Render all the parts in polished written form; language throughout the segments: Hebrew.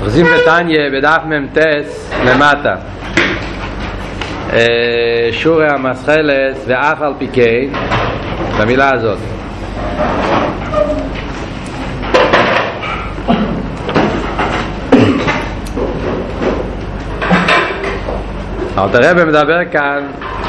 אוחזים בתניה בדף ממתס למטה, שורי המסחלת ואף על פי כן, במילה הזאת אלתר רבי מדבר כאן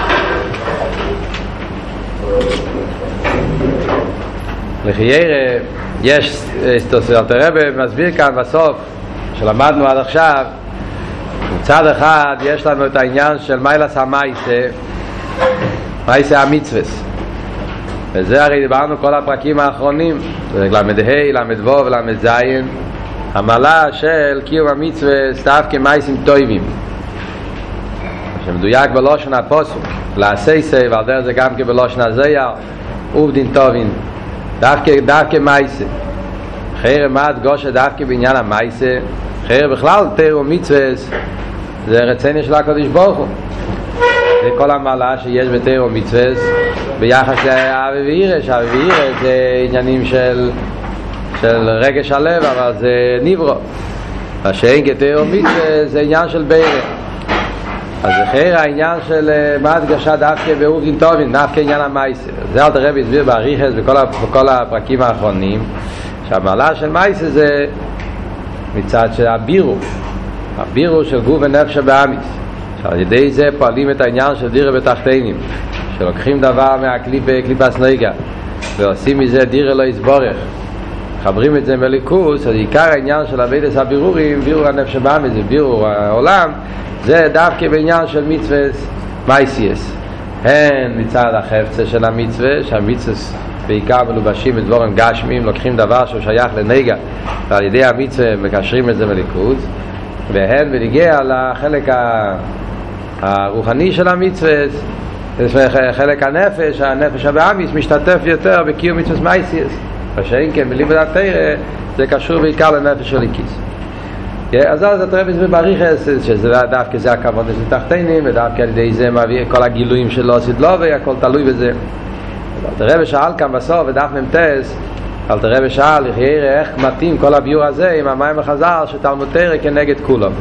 לחיירה. יש אלתר רבי מסביר כאן בסוף שלמדנו עד עכשיו, מצד אחד יש לנו את העניין של מיילס המייסה, מייסה המצווס, וזה הרי דיברנו כל הפרקים האחרונים, למד ה' למד ו' ולמד ז', המעלה של קיום המצווס דווקא מייסים טובים, שמדויק בלושן הפסוק לעשייסה, ועל דרך זה גם כבלושן הזיה עובדין טובים, דווקא מייסה. חיירה מה הדגושה דווקא בעניין המייסה? חיירה בכלל תורה ומצוות זה רצון של הקדוש ברוך הוא, זה כל המעלה שיש בתורה ומצוות ביחס לאהבה ויראה. אהבה ויראה זה עניינים של רגש הלב, אבל זה נברא, מה שאין כתורה ומצוות זה עניין של בירא. אז חיירה העניין של מה הדגשה דווקא בעובדין טובים, דווקא עניין המייסה. זה אלתר רבי הסביר באריכות בכל הפרקים האחרונים, שהמעלה של מייסה זה מצד של הבירו של גוף ונפש באמיס, שעל ידי זה פועלים את העניין של דירה בתחתינים, שלוקחים דבר מהקליפס נגע ועושים מזה דירה לא יסבורך, חברים את זה מליכוס. אז עיקר העניין של עבודת הבירורים, בירור הנפש באמיס ובירור העולם, זה דווקא בעניין של מצוות מייסייס, הן מצד החפצה של המצווה, שהמצווה בעיקר מלובשים בדבורים גשמים, לוקחים דבר שהוא שייך לנגע ועל ידי המצווה מקשרים את זה מליכוז, והן בנגיע לחלק הרוחני של המצווה, חלק הנפש הבאמיס משתתף יותר בקיום מצוות מייסייס, ושאין כן בלימוד התורה זה קשור בעיקר לנפש של הליקיס. אז אלתר רבי הסביר באריכות שזה דווקא זה הכבוד של תחתינים, ודווקא על ידי זה מביא כל הגילויים שלו סדלובי, הכל תלוי בזה. אלתר רבי שאל כאן בסוף בדף ממתס, אלתר רבי שאל איך מתאים כל הביור הזה עם המים החז"ל שתלמוד תורה כנגד כולם.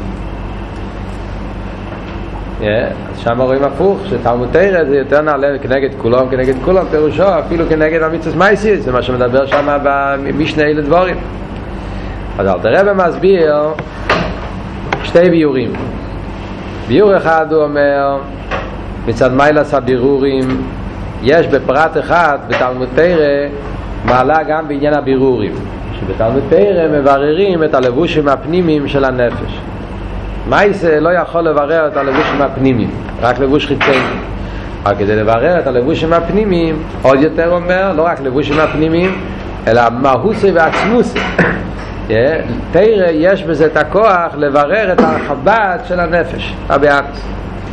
אז שם רואים הפוך, שתלמוד תורה זה יותר נעלה כנגד כולם פירושו אפילו כנגד המצוות מייסייס, זה מה שמדבר שם במשנה לדבורים. אז אלתר רבי מסביר שתי ביורים. ביור אחד הוא אומר מצד מיילס הבירורים יש בפרט אחד בתלמוד תורה מעלה גם בעניין הבירורים, שבתלמוד תורה מבררים את הלבושים הפנימיים של הנפש. מייסה לא יכול לברר את הלבושים הפנימיים, רק לבוש חיצוני. אבל כדי לברר את הלבושים הפנימיים עוד יותר אומר לא רק לבושים הפנימיים אלא מהוסה ועצמוסה. תורה יש בזה את הכוח לברר את החב"ד של הנפש הבאמיס,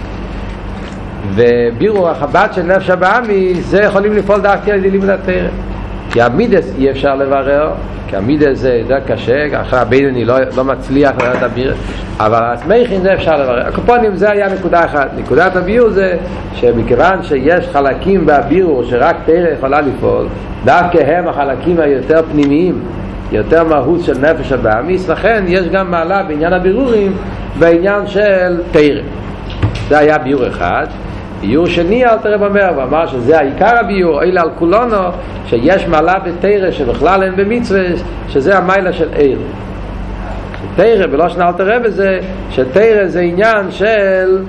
ובירור החב"ד של נפש הבאמיס זה יכולים לפעול דווקא על ידי לימוד התורה. כי המידס אי אפשר לברר, כי המידס זה יותר קשה, אחרי הבינוני לא מצליח לברר את הבירור, אבל הסמכין זה אפשר לברר. הקופונים זה היה נקודה אחת. נקודת הבירור זה שמכיוון שיש חלקים בבירור שרק תורה יכולה לפעול, דווקא הם החלקים היותר פנימיים, יותר מהות של נפש הבאמיס, לכן יש גם מעלה בעניין הבירורים בעניין של תורה. זה היה ביור אחד. ביור שני אלתר רבי אומר, ואמר שזה העיקר הביור, אלא על כולנו שיש מעלה בתורה שבכלל אין במצווה, שזה המעלה של עיר. תורה בלושן אלתר רבי זה שתורה זה עניין של,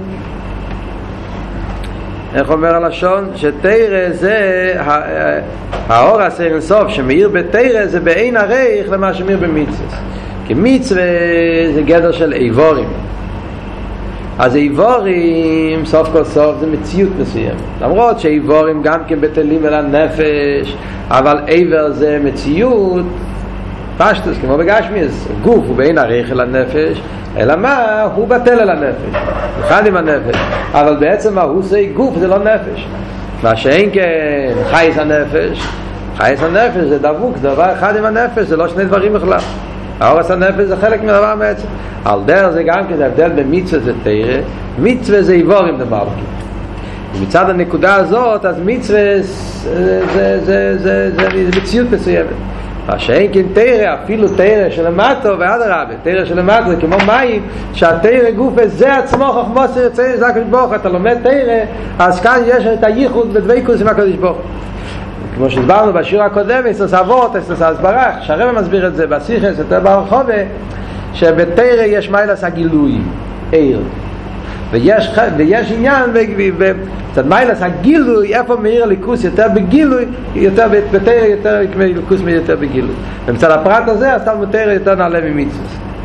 איך אומר הלשון? שתורה זה האור הסר אינסוף שמאיר בתורה זה בעין הרייך למה שמאיר במצווה, כי מצווה זה גדר של איבורים. אז איבורים סוף כל סוף זה מציאות מסוים, למרות שאיבורים גם כן בטלים אל הנפש, אבל איבר זה מציאות פשטוס, כמו בגשמיס, גוף הוא בעין הרייך אל הנפש, אלא מה? הוא בטל אל הנפש, אחד עם הנפש, אבל בעצם מה הוא זה גוף, זה לא נפש. מה שאין כן חייס הנפש זה דבוק, זה דבר אחד עם הנפש, זה לא שני דברים בכלל. האורס הנפש זה חלק מדבר מעצם. על דרך זה גם כן הבדל במצווה זה תורה, מצווה זה איבורים דמלכי. ומצד הנקודה הזאת אז מצווה זה מציאות מסוימת. שאין כן תירה, אפילו תירה שלמטו ואדרבה, תירה שלמטו זה כמו מים, שהתירה גוף זה עצמו חוכמוס יוצא זה הקדוש ברוך הוא. אתה לומד תירה, אז כאן יש את הייחוד בדבקות עם הקדוש ברוך הוא. כמו שהסברנו בשיר הקודם, יש אבות, יש הסברה, שהרבא מסביר את זה בשיחס, יותר ברחובה, שבתירה יש מיילס הגילוי, עיר. ויש עניין קצת מיילס הגילוי, איפה מאיר הליכוס יותר בגילוי, יותר בתירה יותר ליכוס יותר בגילוי. ומצד הפרט הזה, אז תלמוד תירה יותר נעלה ממצווה.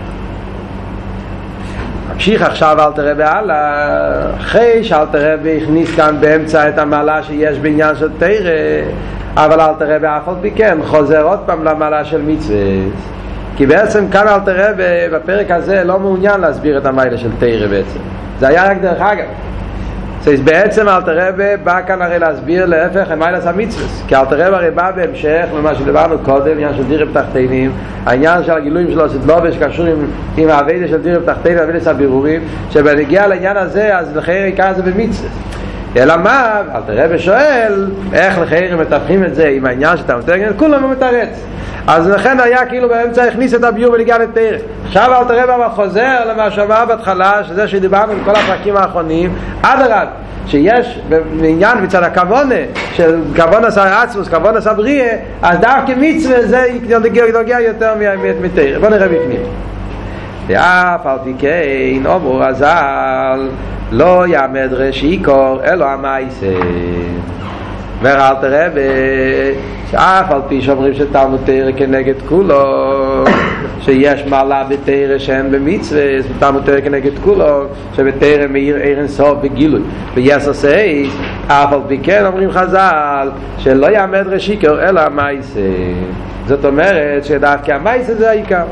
ממשיך עכשיו אלתר רבי הלאה, אחרי שאלתר רבי הכניס כאן באמצע את המעלה שיש בעניין של תירה, אבל אלתר רבי אף על פי כן חוזר עוד פעם למעלה של מצווה, כי בעצם כאן אלתר רבי בפרק הזה לא מעוניין להסביר את המעלה של תירה בעצם, זה היה רק דרך אגב. בעצם אלתר רבי בא כאן הרי להסביר להפך המעלה של המצווה, כי אלתר רבי הרי בא בהמשך למה שדיברנו קודם, עניין של דירה בתחתינים, העניין של הגילויים שלו סדלובש קשור עם העבודה של דירה בתחתינים, העבודה הבירורים, שבנגיע לעניין הזה אז לחייר עיקר זה במצווה. אלא מה? אלתר רבי שואל איך לחייר מתווכים את זה עם העניין שאתה מתרגם, כולם מתרץ. אז לכן היה כאילו באמצע הכניס את הביור ונגיע לתירה. עכשיו אלתר רבי אבל חוזר למה שאמר בהתחלה, שזה שדיברנו בכל הפרקים האחרונים, אדרבה, שיש בעניין מצד הכוונה של כוונה עצמוס, כוונה בריא, אז דווקא מצווה זה נוגע יותר מתירה. בוא נראה בפנים. ואף על פי כן אומרו רז"ל לא יעמד רשיקור אלא המעשה. אומר אלתר רבי שאף על פי שאומרים שתלמוד תירה כנגד כולו, שיש מעלה בתירה שאין במצווה, תלמוד תירה כנגד כולו, שבתירה מאיר עיר אינסוף בגילוי ויסר סייס, אף על פי כן אומרים חז"ל שלא יעמד רשיקור אלא המעשה. זאת אומרת שדווקא המעשה זה העיקר.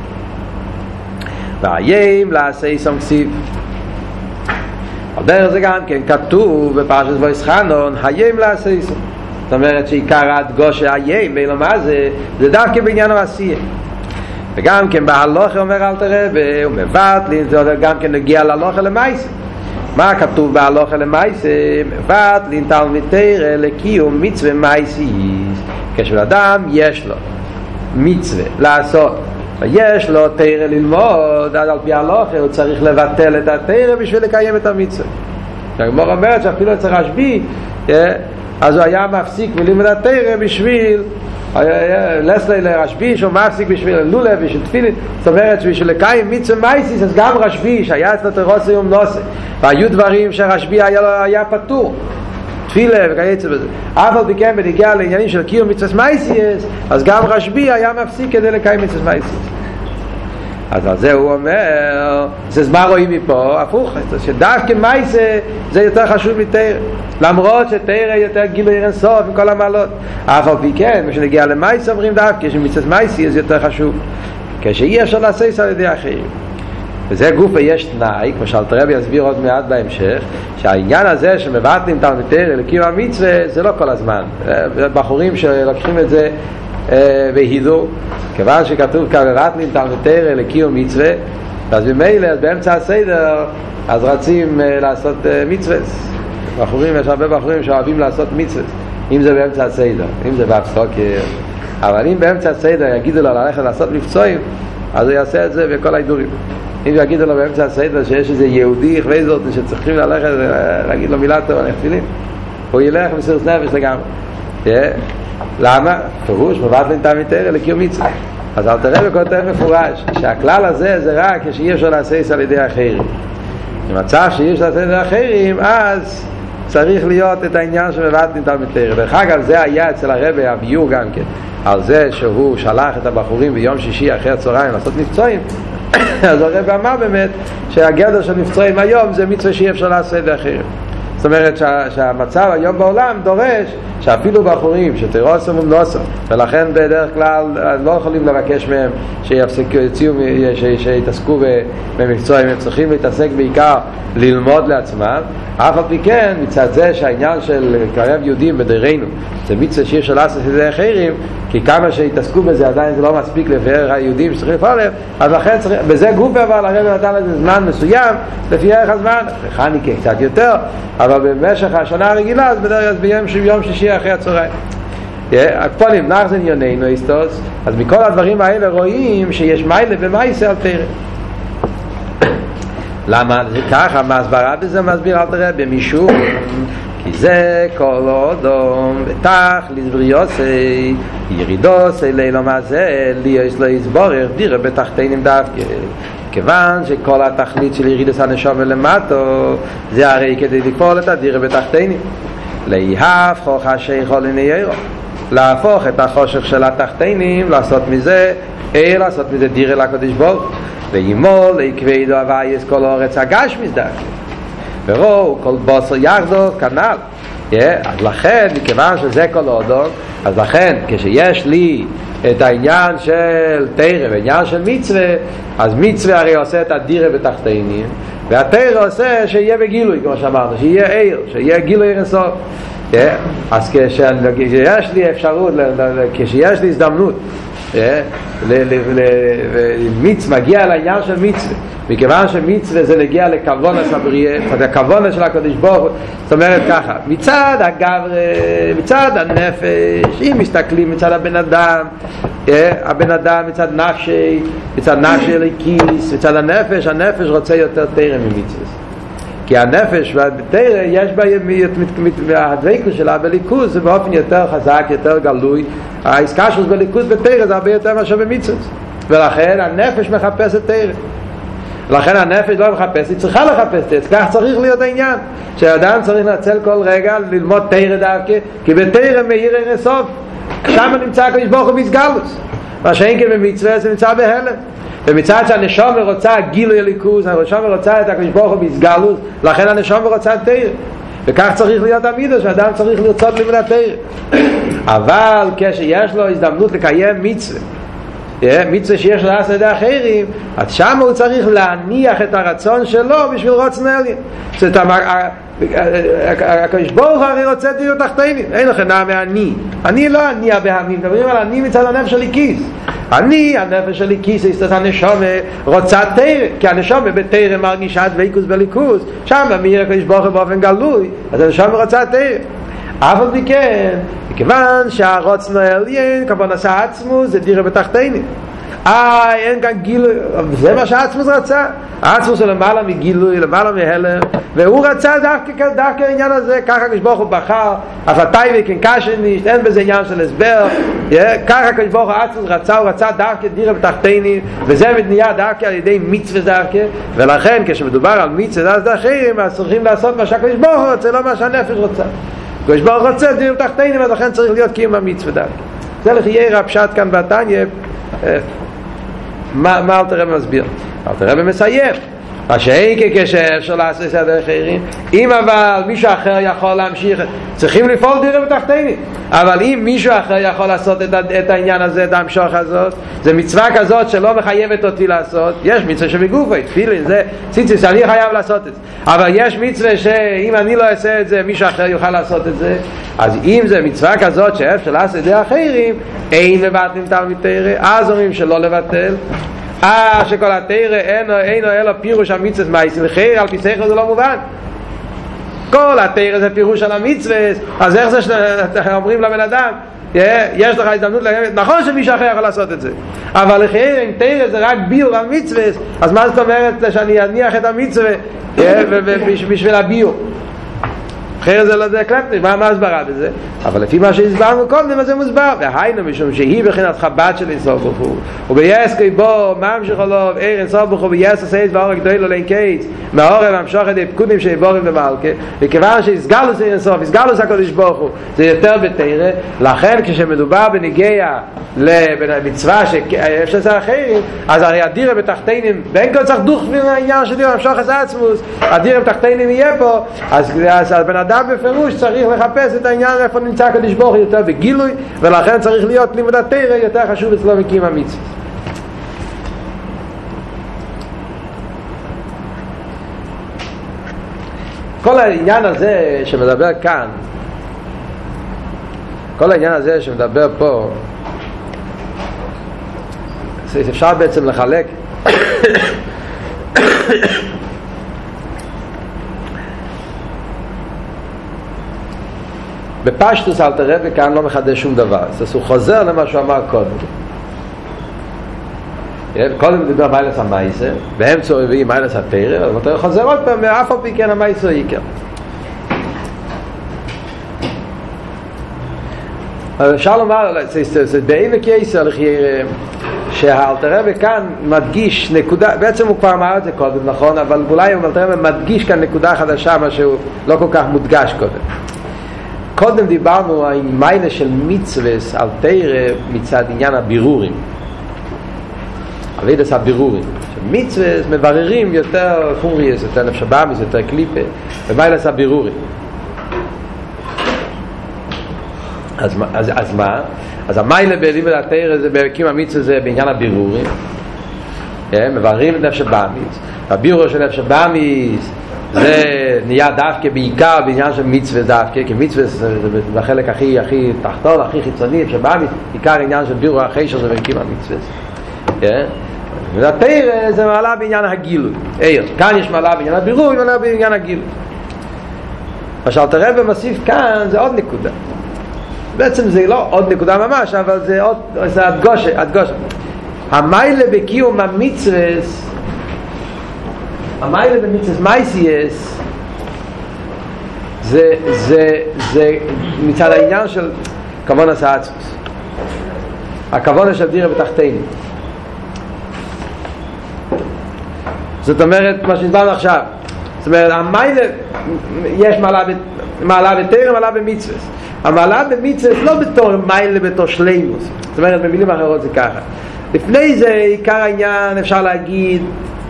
והיים לעשי סומקסיב, על דרך זה גם כן כתוב בפרשת ויסחנון היים לעשי סום. זאת אומרת שעיקר הדגושה היים ואילו מה זה דווקא בעניין העשייה. וגם כן בהלוכה אומר אלתר רבי הוא מבטלין, זה גם כן נגיע להלוכה למעשה. מה כתוב בהלוכה למעשה? מבטלין תלמיד תירה לקיום מצווה מעשית. כשאדם יש לו מצווה לעשות, יש לו תירה ללמוד, אז על פי ההלוכה הוא צריך לבטל את התירה בשביל לקיים את המצווה. הגמרא אומרת שאפילו אצל רשב"י אז הוא היה מפסיק מלימוד התירה בשביל לסלי לרשב"י שהוא מפסיק בשביל לולב בשביל תפילין. זאת אומרת שבשביל לקיים מצווה מעשית אז גם רשב"י שהיה אצלו תירוסי ומנוסי והיו דברים שרשב"י היה פטור תפילה וכייצא בזה, אף על פי כן בנגיע לעניינים של קיום מצוות מעשית אז גם רשב"י היה מפסיק כדי לקיים מצוות מעשית. אז על זה הוא אומר, זה מה רואים מפה? הפוך, שדווקא מעשה זה יותר חשוב מתירה, למרות שתירה יותר גילוי אין סוף עם כל המעלות. אף על פי כן כשנגיע למעשה אומרים דווקא שמצוות מעשית זה יותר חשוב, כשאי אפשר לעשות על ידי אחרים. וזה גוף ויש תנאי, כמו שאלתר רבי יסביר עוד מעט בהמשך, שהעניין הזה שמבטלים תלמיד תירה לקיום המצווה זה לא כל הזמן. בחורים שלוקחים את זה והידו, כיוון שכתוב כאן מבטלים תלמיד תירה לקיום מצווה, אז במילא באמצע הסדר אז רצים לעשות מצווה. בחורים, יש הרבה בחורים שאוהבים לעשות מצווה, אם זה באמצע הסדר, אם זה בהפסוקר, אבל אם באמצע הסדר יגידו לו ללכת לעשות מבצועים, אז הוא יעשה את זה בכל ההידורים. אם יגידו לו באמצע הסדר שיש איזה יהודי חוויזות שצריכים ללכת להגיד לו מילה טובה לתפילין, הוא ילך מסירות נפש לגמרי. למה? פירוש מבטלים תלמיד תירה לקיום מצווה. אז אלתר רבי כותב מפורש שהכלל הזה זה רק כשאי אפשר לעשות על ידי אחרים. במצב שאי אפשר לעשות על ידי אחרים אז צריך להיות את העניין שמבטלים תלמיד תירה. דרך אגב זה היה אצל הרבי הביור גם כן, על זה שהוא שלח את הבחורים ביום שישי אחרי הצהריים לעשות מבצועים. אז הרב אמר באמת שהגדר של מבצועים היום זה מצווה שאי אפשר לעשות באחרים. זאת אומרת שהמצב היום בעולם דורש שאפילו בחורים שתירוסם ומנוסם, ולכן בדרך כלל לא יכולים לבקש מהם שיתעסקו במקצועים, הם צריכים להתעסק בעיקר ללמוד לעצמם. אף על פי כן מצד זה שהעניין של קרב יהודים בדרנו זה מצווה שאי אפשר לעשות את זה אחרים, כי כמה שהתעסקו בזה עדיין זה לא מספיק לבאר היהודים שצריכים לפעול להם, אז לכן צריך, בזה גוף אבל הרב נתן לזה זמן מסוים לפי ערך הזמן, בחנוכה קצת יותר, אבל במשך השנה הרגילה אז בדרך כלל ביום שישי אחרי הצהריים. הקפונים נחזן יוננו איסטוס. אז מכל הדברים האלה רואים שיש מיילה ומייסה על תרא. למה זה ככה? מה הסברה בזה? מסביר אל תראה במשום כי זה כל אודום ותכליס בריאוסי ירידוסי לילה מזה ליאס לא יסבורך דירה בתחתינים דווקא, כיוון שכל התכלית של ירידוס הנשום למטו זה הרי כדי לפעול את הדירה בתחתינים, להפוך השייכו לניירו, להפוך את החושך של התחתינים, לעשות מזה לעשות מזה דירה לקדוש ברוך וימול להקווידו הווייס כל אורץ הגשמיס דווקא וראו כל בוסר יחדו כנל. אז לכן מכיוון שזה כל אודום, אז לכן כשיש לי את העניין של תרא ועניין של מצווה, אז מצווה הרי עושה את הדירה בתחתינים, והתרא עושה שיהיה בגילוי, כמו שאמרנו, שיהיה עיר, שיהיה גילוי אינסוף. אז כשיש לי אפשרות, כשיש לי הזדמנות מגיע לעניין של מצווה, מכיוון שמצווה זה להגיע לכוונס הבריאה, הכוונס של הקדוש ברוך הוא. זאת אומרת ככה, מצד הגבר, מצד הנפש, אם מסתכלים מצד הבן אדם, הבן אדם מצד נפשי אלוקיס, מצד הנפש, הנפש רוצה יותר תרא ממצווה, כי הנפש בתרא יש בה הדבקות שלה בליכוז, זה באופן יותר חזק, יותר גלוי. העסקה שלו בליכוז בתרא זה הרבה יותר מאשר במצוות, ולכן הנפש מחפשת תרא. לכן הנפש לא מחפשת, היא צריכה לחפש תרא. כך צריך להיות העניין, שהאדם צריך לנצל כל רגע ללמוד תרא דווקא, כי בתרא מאיר אין סוף, שם נמצא הקדוש ברוך הוא בהתגלות. מה שאין כן במצווה זה נמצא בהלם. ומצד שהנשום רוצה גילוי הליכוז, הנשום רוצה את הקדוש ברוך הוא בהתגלות, לכן הנשום רוצה תרא. וכך צריך להיות המידה, שאדם צריך לרצות לימוד התרא. אבל כשיש לו הזדמנות לקיים מצווה, מצווה שיש לו לעשות ידי אחרים, אז שם הוא צריך להניח את הרצון שלו בשביל רוצן עליון. זאת אומרת, הקדוש ברוך הוא הרי רוצה דירה תחתינים, אין לכם נעמה אני לא אני הבהמים, מדברים על אני מצד הנפש שלי כיס. אני, הנפש שלי כיס, יש הנשום רוצה תרא, כי הנשום בתרא מרגישה דבקות בליכוז, שם מאיר הקדוש ברוך הוא באופן גלוי, אז הנשום רוצה תרא. אף על פי כן, מכיוון שהרוצן העליון כמובן עשה עצמוס, זה דירה בתחתינים. אין כאן גילוי, זה מה שהעצמוס רצה. העצמוס הוא למעלה מגילוי, למעלה מהלם, והוא רצה דווקא העניין הזה. ככה הקדוש ברוך הוא בחר, הפלטאי וכן קשנישט, אין בזה עניין של הסבר. ככה הקדוש ברוך הוא העצמוס רצה, הוא רצה דווקא דירה בתחתינים, וזה נהיה דווקא על ידי מצווה דווקא. ולכן כשמדובר על מצווה אז אחרים, אז צריכים לעשות מה שהקדוש ברוך הוא רוצה, לא מה שהנפש רוצה. הקדוש ברוך הוא רוצה דירה בתחתינים, אז לכן צריך להיות קיום המצווה דווקא. זה לחייר הפשט כאן בתניא. מה אל תראה מסביר? אל תראה מסיים מה שאין כקשר לעשות את הדרך אחרים. אם אבל מישהו אחר יכול להמשיך, צריכים לפעול דירה בתחתינים. אבל אם מישהו אחר יכול לעשות את העניין הזה, את המשוך הזאת, זה מצווה כזאת שלא מחייבת אותי לעשות. יש מצווה שבגופי תפילין, זה ציציס, אני חייב לעשות את זה. אבל יש מצווה שאם אני לא אעשה את זה, מישהו אחר יוכל לעשות את זה. אז אם זה מצווה כזאת שאפשר לעשות את זה אחרים, אין לבטלים תלמיד תרא, אז אומרים שלא לבטל. שכל התרא אינו אלא פירוש המצוות מעשים, לכן על פי שכל זה לא מובן. כל התרא זה פירוש על המצוות, אז איך זה שאומרים לבן אדם יש לך הזדמנות להגיד, נכון שמישהו אחר יכול לעשות את זה, אבל לכן אם תרא זה רק ביור על מצוות, אז מה זאת אומרת שאני אניח את המצוות בשביל הביור? אחרי זה לא זה קלטני, מה הסברה בזה? אבל לפי מה שהסברנו קודם, זה מוסבר. והיינו משום שהיא בחינת חב"ד של אינסוף ברוך הוא, וביסקי בו ממשיך עליו עיר אינסוף ברוך הוא, ביסר סייס ואור הגדול לו לאין קיץ, מהאורם המשוך את הפקודים שיבורים במלכה, וכיוון שהסגלוס אינסוף, הסגלוס הקדוש ברוך הוא, זה יותר בתרא. לכן כשמדובר בנגיע למצווה שאפשר לעשות אחרים, אז הרי הדירה בתחתינים, בין כל צריך דוך מהעניין של דירה המשוך את עצמוס, הדירה בתחתינים יהיה פה, אז בן אדם בפירוש צריך לחפש את העניין איפה נמצא הקדוש ברוך הוא יותר בגילוי, ולכן צריך להיות לימוד התרא יותר חשוב אצלו מקים המצוות. כל העניין הזה שמדבר כאן, כל העניין הזה שמדבר פה, אפשר בעצם לחלק בפשטוס אל תראה וכאן לא מחדש שום דבר, אז הוא חוזר למה שהוא אמר קודם. קודם דיבר מיילס המייסה, באמצע הוא הביא מיילס התרא, אז הוא חוזר עוד פעם, ואף על פי כן המייסה עיקר. אפשר לומר, זה בעמק יסר שהאלתר רבי כאן מדגיש נקודה, בעצם הוא כבר אמר את זה קודם, נכון, אבל אולי האלתר רבי מדגיש כאן נקודה חדשה, מה שהוא לא כל כך מודגש קודם. קודם דיברנו על מיילה של מצווס על תרא מצד עניין הבירורים, עבודת הבירורים. מצווס מבררים יותר חומריס, יותר נפש הבאמיס, יותר קליפה, ומיילה הבירורים. אז מה? אז המיילה בלימוד התורה זה בהקים המצווה זה בעניין הבירורים, מבררים את נפש הבאמיס. הבירור של נפש הבאמיס זה נהיה דווקא בעיקר בעניין של מצווה דווקא, כי מצווה זה בחלק הכי תחתון, הכי חיצוני, נפש הבאמיס עיקר עניין של בירור החשך זה בהקים המצווה. והתורה זה מעלה בעניין הגילוי. כאן יש מעלה בעניין הבירור, מעלה בעניין הגילוי. מה שאלתר רבי מוסיף כאן זה עוד נקודה. בעצם זה לא עוד נקודה ממש, אבל זה עוד, זה הדגושה. המיילה בקיום המצווס, המיילה במצווס מייסייס, זה מצד העניין של כוון הסעצוס, הכוון של דירה בתחתינו. זאת אומרת, מה שנסברנו עכשיו, זאת אומרת, המיילה, יש מעלה בתרא, מעלה במצווס. המעלה במצווס לא בתור מיילה, בתור שלימוס. זאת אומרת, במילים אחרות זה ככה. לפני זה, עיקר העניין, אפשר להגיד,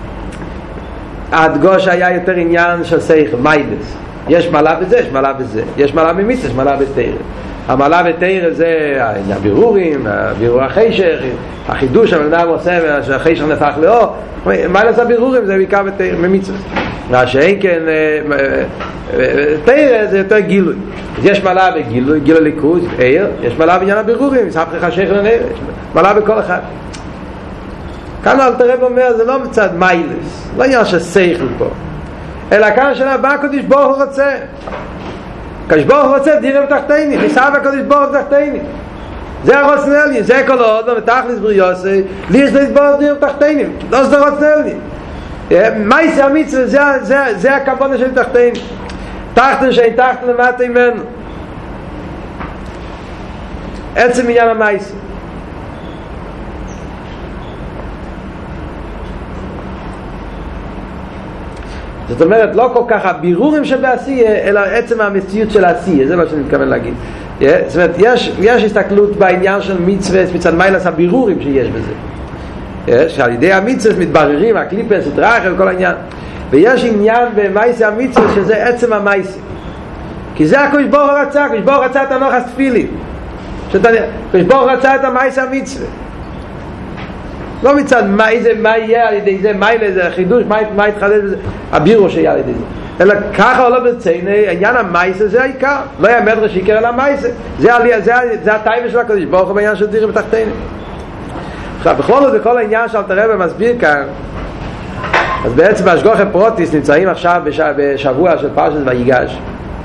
ההדגוש היה יותר עניין של שכל, מיילס. יש מעלה בזה, יש מעלה בזה. יש מעלה במצווס, יש מעלה בתרא. המעלה בתרא זה הבירורים, בירור החשך, החידוש שהבן אדם עושה, שהחשך נפח לאור. מיילס הבירורים זה בעיקר במצווס. שאין כן תרא זה יותר גילוי. אז יש מעלה בגילוי, גילוי ליכוז, יש מעלה בעניין הבירורים, ספרי חשך לנרא, יש מעלה בכל אחד. כאן אלתר רבי אומר, זה לא מצד מיילס, לא עניין של שכל פה, אלא כאן שאלה, מה הקדוש ברוך הוא רוצה? הקדוש ברוך הוא רוצה דירה בתחתיני, ניסה והקדוש ברוך הוא בתחתיני. זה הרוצנל לי, זה כל עוד, לא מתחליס בריוסי, לי יש להתבור דירה בתחתיני, לא זה הרוצנל לי. מייסי המצווה זה הכוונה של תחתיני, תחתן שאין תחתן למטה ממנו, עצם עניין המייסי. זאת אומרת, לא כל כך הבירורים שבעשייה, אלא עצם המציאות של העשייה, זה מה שאני מתכוון להגיד. זאת אומרת, יש הסתכלות בעניין של מצווה, מצד מיילס הבירורים שיש בזה. שעל ידי המצווה מתבררים, הקליפס, התרחב, כל העניין. ויש עניין במייסי המצווה שזה עצם המייסי. כי זה הקדוש ברוך הוא רצה, הקדוש ברוך הוא רצה את הנוחס תפילין. הקדוש ברוך הוא רצה את המייסי המצווה. לא מצד מה יהיה על ידי זה, מה יהיה זה החידוש, מה יתחדש בזה, הבירו שיהיה על ידי זה. אלא ככה עולה בצייני, עניין המייסה זה העיקר. לא היה מדרש עיקר על המייסה. זה הטייבה של הקדוש ברוך הוא בעניין של דירה בתחתינו. עכשיו, בכל זאת, בכל העניין שאלתר רבי מסביר כאן, אז בעצם בהשגחה פרוטיס נמצאים עכשיו בשבוע של פרשת ויגש.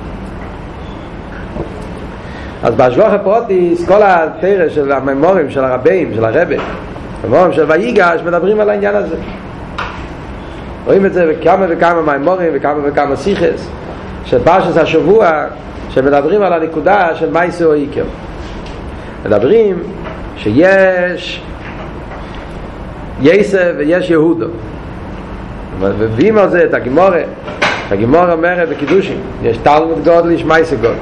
אז בהשגחה פרוטיס, כל התורה של הממורים, של הרבים, של הרבי, הממורים של ויגש, מדברים על העניין הזה. רואים את זה בכמה וכמה ממורים וכמה וכמה שיחס, של פרשת השבוע, שמדברים על הנקודה של מייסה או עיקר. מדברים שיש יסף ויש יהודו, ומביאים על זה את הגימורה. הגימורה אומרת בקידושים, יש תלמוד גודל, יש מייסה גודל.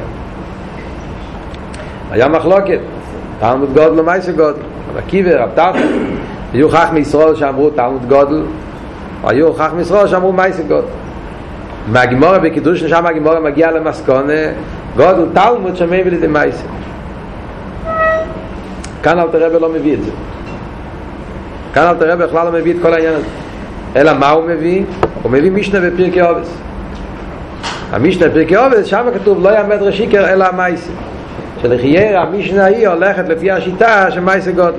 היה מחלוקת, תלמוד גודל או מייסה גודל. רב עקיבא, רב טרפון, היו חכמי ישראל שאמרו תלמוד גודל, היו חכמי ישראל שאמרו מייסה גודל. מהגימורה בקידושים, שם הגימורה מגיעה למסקנה, גודל תלמוד שמביא לידי מייסה. כאן אלתר רבי לא מביא את זה. כאן אלתר רבי בכלל לא מביא את כל העניין הזה. אלא מה הוא מביא? הוא מביא משנה בפרקי אובס. המשנה בפרקי אובס, שם כתוב לא יעמד רשיקר אלא המייסה. שלחייר המשנה היא הולכת לפי השיטה של מייסה גודל.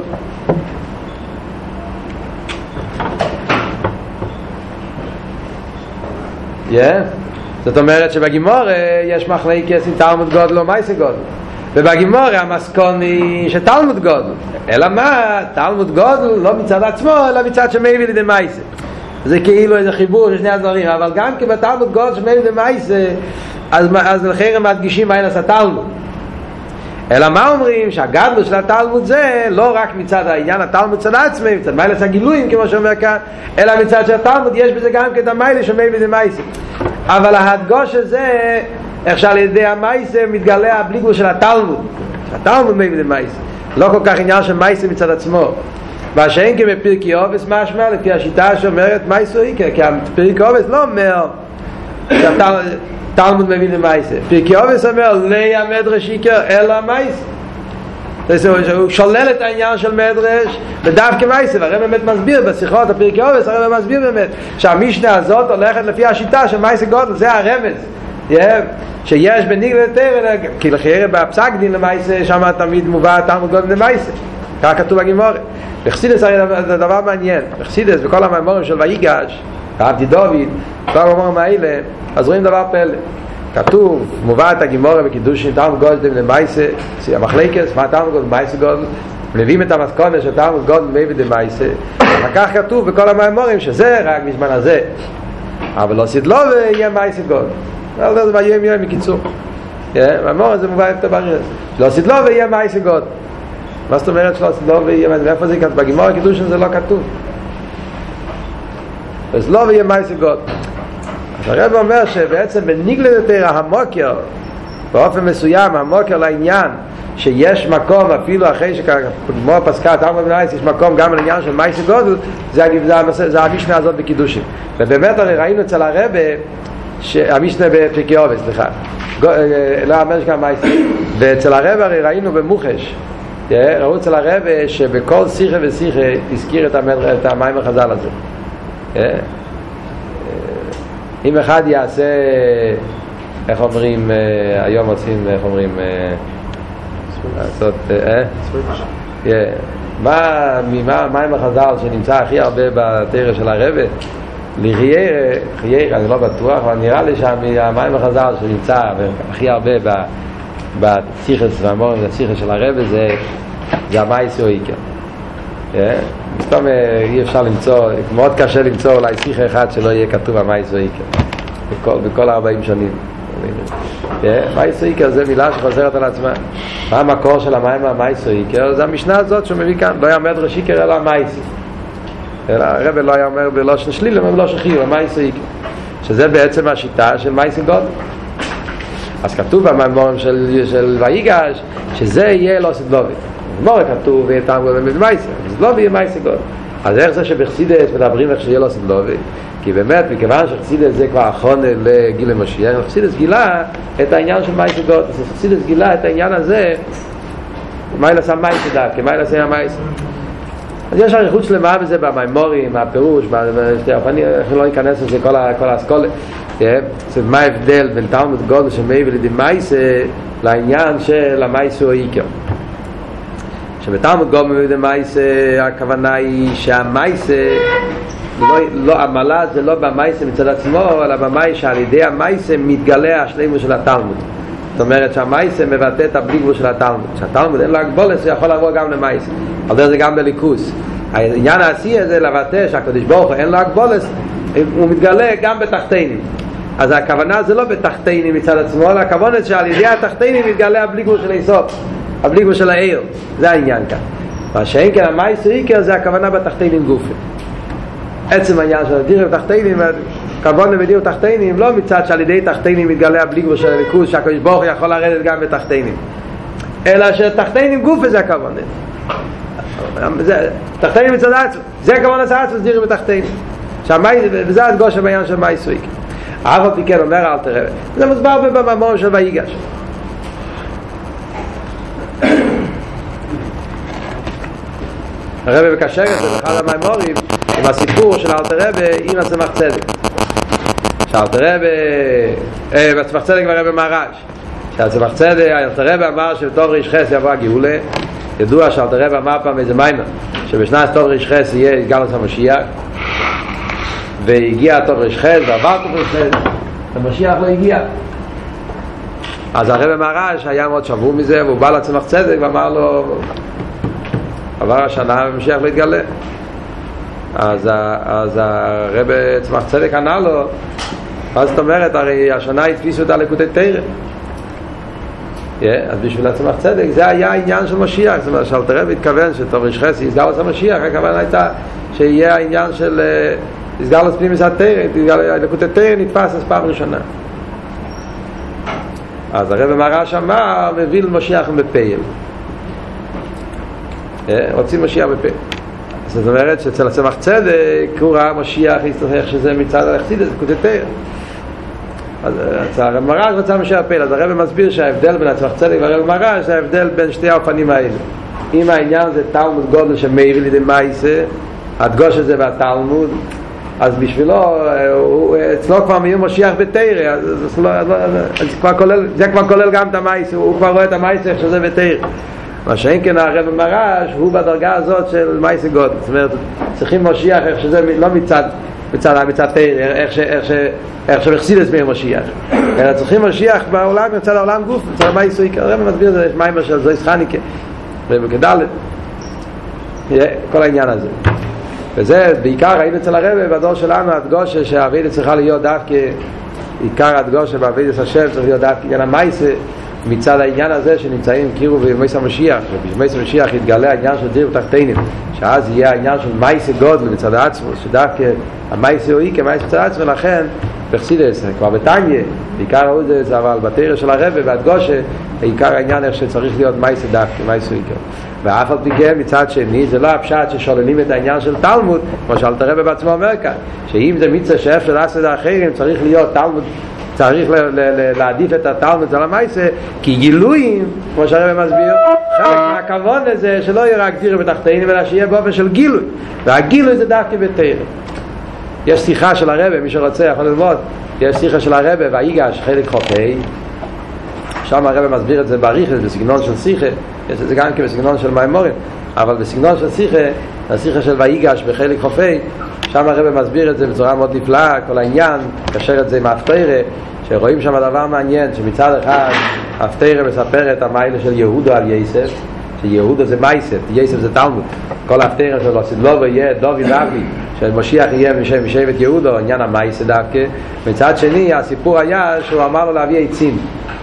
זאת אומרת שבגימורה יש מחלוקת אם תלמוד גודל או מייסה גודל, ובגימורה המסקנה היא שתלמוד גודל, אלא מה? תלמוד גודל לא מצד עצמו אלא מצד שמביא לידי מייסה. זה כאילו איזה חיבור של שני הדברים, אבל גם כבתלמוד גודל שמביא לידי מייסה, אז לכן מדגישים מה נעשה תלמוד. אלא מה אומרים? שהגדלות של התלמוד זה לא רק מצד העניין התלמוד של עצמי, מצד מיילס הגילויים כמו שאומר כאן, אלא מצד של התלמוד יש בזה גם כת המיילה שמביא לידי מייסה. אבל ההדגוש הזה, איך שעל ידי המייסה מתגלה הבליגול של התלמוד, התלמוד מביא לידי מייסה, לא כל כך עניין של מייסה מצד עצמו. מה שאין כבפרקי אובס משמע לפי השיטה שאומרת מייסו איקר, כי הפרקי אובס לא אומר תלמוד מביא למייסה. פרקי אובס אומר לי המדרש איקר אלא מייסה, הוא שולל את העניין של מדרש ודווקא מייסה, והרב באמת מסביר בשיחות הפרקי אובס, הרב מסביר באמת שהמשנה הזאת הולכת לפי השיטה של מייסה גודל, זה הרמז שיש בניגלה לתרא, כי לחייר בפסק דין למייסה שם תמיד מובא תלמוד גודל למייסה, כך כתוב בגימורה. בחסידס הרי זה דבר מעניין, בחסידס בכל המאמרים של ויגש אהבתי דוד, כל המאמרים האלה, אז רואים דבר פלא, כתוב מובא את הגימורה בקידושין תלמוד גודל למייסה, המחלוקת מה תלמוד גודל למייסה גודל, מביאים את המתכונת של תלמוד גודל מביא למייסה, וכך כתוב בכל המאמרים שזה רק בזמן הזה, אבל לא סדלו ויהיה מייסה גודל, זה ביום יום מקיצור, המאמר הזה מובא את הבריר, לא סדלו ויהיה מייסה גודל. מה זאת אומרת שלא סדלו ויהיה מייסה? ואיפה זה כתוב? בגימור הקידושין זה לא כתוב. סדלו ויהיה מייסה גודל. אז הרב אומר שבעצם בניגלה לתרא המוקר, באופן מסוים המוקר לעניין שיש מקום אפילו אחרי שכמו פסקה תלמוד מייסה יש מקום גם לעניין של מייסה גודל, זה המשנה הזאת בקידושין. ובאמת הרי ראינו אצל הרב המשנה בפרקי אובס, סליחה, לא אמר שכם מייסה, ואצל הרב הרי ראינו במוחש, ראו אצל הרב שבכל שיחה ושיחה תזכיר את המים החז"ל הזה. אם אחד יעשה, איך אומרים, היום עושים, איך אומרים, לעשות, מה מים החז"ל שנמצא הכי הרבה בתרא של הרב, לחייך, אני לא בטוח, אבל נראה לי שהמים החז"ל שנמצא הכי הרבה בשיחס והמורים לשיחס של הרב זה המייסו איקר. מסתום אי אפשר למצוא, מאוד קשה למצוא אולי שיחה אחד שלא יהיה כתוב המייסו איקר בכל 40 שנים. מייסו איקר זה מילה שחוזרת על עצמה. מה המקור של המים המייסו איקר? זה המשנה הזאת שהוא מביא כאן, לא היה מדרש איקר אלא המייסו, הרב לא היה אומר בלושן שליל אלא בלושן חיוב, המייסו איקר, שזה בעצם השיטה של מייסה גודל. אז כתוב במאמרים של ויגש שזה יהיה לא סדלובי, במורה כתוב תלמוד גודל מייסה, סדלובי יהיה מייסה גודל. אז איך זה שבחסידס מדברים איך שיהיה לא סדלובי? כי באמת מכיוון שחסידס זה כבר אחרון לגיל המשיח, חסידס גילה את העניין של מייסה גודל, חסידס גילה את העניין הזה מיילס המייסה דווקא, מיילס המייסה. אז יש אריכות שלמה בזה במאמרים, הפירוש, אני לא אכנס לזה כל האסכולה, מה ההבדל בין תלמוד גודל שמביא לידי מייסה לעניין של המייסו איקר. שבתלמוד גודל מביא לידי מייסה הכוונה היא שהמייסה לא, המעלה זה לא במייסה מצד עצמו, אלא במייסה שעל ידי המייסה מתגלה השלימות של התלמוד. זאת אומרת שהמייסה מבטא את הבליגבול של התלמוד, שהתלמוד אין לו הגבולת, זה יכול לעבור גם למייסה, על דרך זה גם בליכוס. העניין העשי הזה לבטא שהקדוש ברוך הוא אין לו הגבולת, הוא מתגלה גם בתחתינים. אז הכוונה זה לא בתחתינים מצד עצמו, אלא הכוונה שעל ידי התחתינים מתגלה הבליגבול של איסוף, הבליגבול של העיר, זה העניין כאן. מה שאין כן המייסה איקר זה הכוונה בתחתינים גופי. עצם העניין של הדיר בתחתינים, כוונה בדיר תחתינים, לא מצד שעל ידי תחתינים מתגלה הבליגבול של הליכוז, שהקדוש ברוך הוא יכול לרדת גם בתחתינים, אלא שתחתינים גופה זה הכוונה. תחתינים מצד עצמו, זה הכוונה של עצמו, דיר בתחתינים. וזה הדגוש בעניין של מייסו איקר. אף על פי כן אומר אל תראה, זה מסבר במאמרים של ויגש. הרב מקשר את זה באחד המאמרים עם הסיפור של אלתר רבי עם הצמח צדק. שאלתר רבי, הצמח צדק והרבי מהר"ש, שהצמח צדק, אלתר רבי אמר שבתור ריש חס יבוא הגאולה. ידוע שאלתר רבי אמר פעם איזה מיימר שבשנת תור ריש חס יהיה גלוס המשיח, והגיע תור ריש חס ועבר תור ריש חס, המשיח לא הגיע. אז הרב מרש היה מאוד שבור מזה, והוא בא לצמח צדק ואמר לו, עבר השנה והמשיח לא התגלה. אז הרב צמח צדק ענה לו, אז זאת אומרת, הרי השנה התפיסו אותה לקוטי תורה. אז בשביל הצמח צדק זה היה העניין של משיח. זאת אומרת, שאלתר רבי התכוון שטוב ריש חסי יסגר לצמח משיח, הכוונה הייתה שיהיה העניין של יסגר לצפנים מסעת תורה, לקוטי תורה נתפס אז פעם ראשונה. אז הרב מרש אמר, מביא למשיח בפייל, רוצים משיח בפייל. זאת אומרת שאצל הצמח צדק הוא ראה משיח איך שזה מצד החסידות, זה לקוטי תורה. אז הרב מרש רצה משיח בפייל. אז הרב מסביר שההבדל בין הצמח צדק והרב מרש זה ההבדל בין שתי האופנים האלה. אם העניין זה תלמוד גודל שמאיר לידי מייסה, הדגוש הזה והתלמוד, אז בשבילו, אצלו כבר מיום משיח בתורה, זה כבר כולל גם את המייס, הוא כבר רואה את המייס איך שזה בתורה. מה שאין כן הרב מרש, הוא בדרגה הזאת של מייס גודל. זאת אומרת, צריכים משיח איך שזה לא מצד תורה, איך שמחסידס מיום משיח, אלא צריכים משיח בעולם, מצד העולם גוף, מצד המייס הוא יקר. הרב מסביר את זה, יש מיימר של זויס חניקה, ובגדלת, כל העניין הזה. וזה בעיקר ראינו אצל הרב בדור שלנו, הדגושה שהעבודה צריכה להיות דווקא, עיקר הדגושה בעבודת השם צריך להיות דווקא עניין המייסה, מצד העניין הזה שנמצאים קירו ומייס המשיח, ובמייס המשיח יתגלה העניין של דיר ותחתינים, שאז יהיה העניין של מייסה גודל מצד העצמוס, שדווקא המייסה הוא איקה, מייסה מצד העצמוס, ולכן בחסידות כבר בתניא, בעיקר ראו את זה, אבל בתורה של הרב והדגושה, עיקר העניין איך שצריך להיות מייסה דווקא, מייסה איקה. ואף על פי כן מצד שני זה לא הפשט ששוללים את העניין של תלמוד, כמו שאלתר רבי בעצמו אומר כאן, שאם זה מצווה שאפשר לעשות האחרים צריך להיות תלמוד, צריך להעדיף את התלמוד על המייסה, כי גילויים, כמו שהרבי מסביר, חלק מהכוון לזה שלא יהיה רק דיר בתחתינים אלא שיהיה באופן של גילוי, והגילוי זה דווקא בתורה. יש שיחה של הרבי, מי שרוצה יכול ללמוד, יש שיחה של הרבי והיגש חלק חופי, שם הרבי מסביר את זה בעריכות בסגנון של שיחה, יש את זה גם בסגנון של מימורים, אבל בסגנון של שיחה, השיחה של ויגש בחלק חופי, שם הרבי מסביר את זה בצורה מאוד נפלאה, כל העניין, קשר את זה עם הפטרה, שרואים שם דבר מעניין, שמצד אחד הפטרה מספר את המיילה של יהודה על יסף, שיהודה זה מייסף, יסף זה תלמוד, כל הפטרה שלו, סדלובו יהיה דובי דווי, שמשיח יהיה משבט יהודה, עניין המייסף דווקא. מצד שני, הסיפור היה שהוא אמר לו להביא עצים,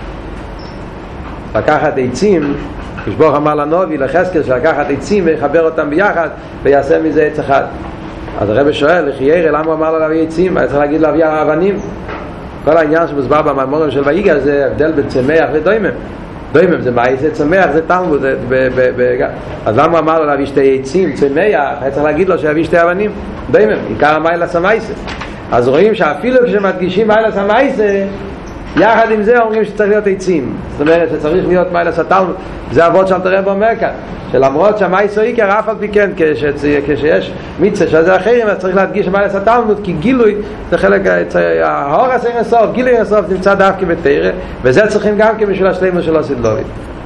לקחת עצים, כשברוך אמר לנובי לחזקאל שלקחת עצים ויחבר אותם ביחד ויעשה מזה עץ אחד. אז הרב שואל לחיירה למה הוא אמר לו להביא עצים, היה צריך להגיד להביא אבנים. כל העניין שמוסבר במאמרים של ויגש זה הבדל בין צמח ודוימם. דוימם זה מייסה, צמח זה תלמוד. אז למה הוא אמר לו להביא שתי עצים, צמח, היה צריך להגיד לו שיביא שתי אבנים. דוימם, עיקר המיילס המייסה. אז רואים שאפילו כשמדגישים מיילס המייסה, יחד עם זה אומרים שצריך להיות עצים. זאת אומרת שצריך להיות מיילס התלמוד. זה אבות שאלתר רבי אומר כאן, שלמרות שהמייסה עיקר אף על פי כן כשיש מצווה שזה אחרים, אז צריך להדגיש מיילס התלמוד, כי גילוי זה חלק, ההורס אין הסוף, גילוי אין הסוף נמצא דווקא בתורה, וזה צריכים גם בשביל השלימות של הסדלובית.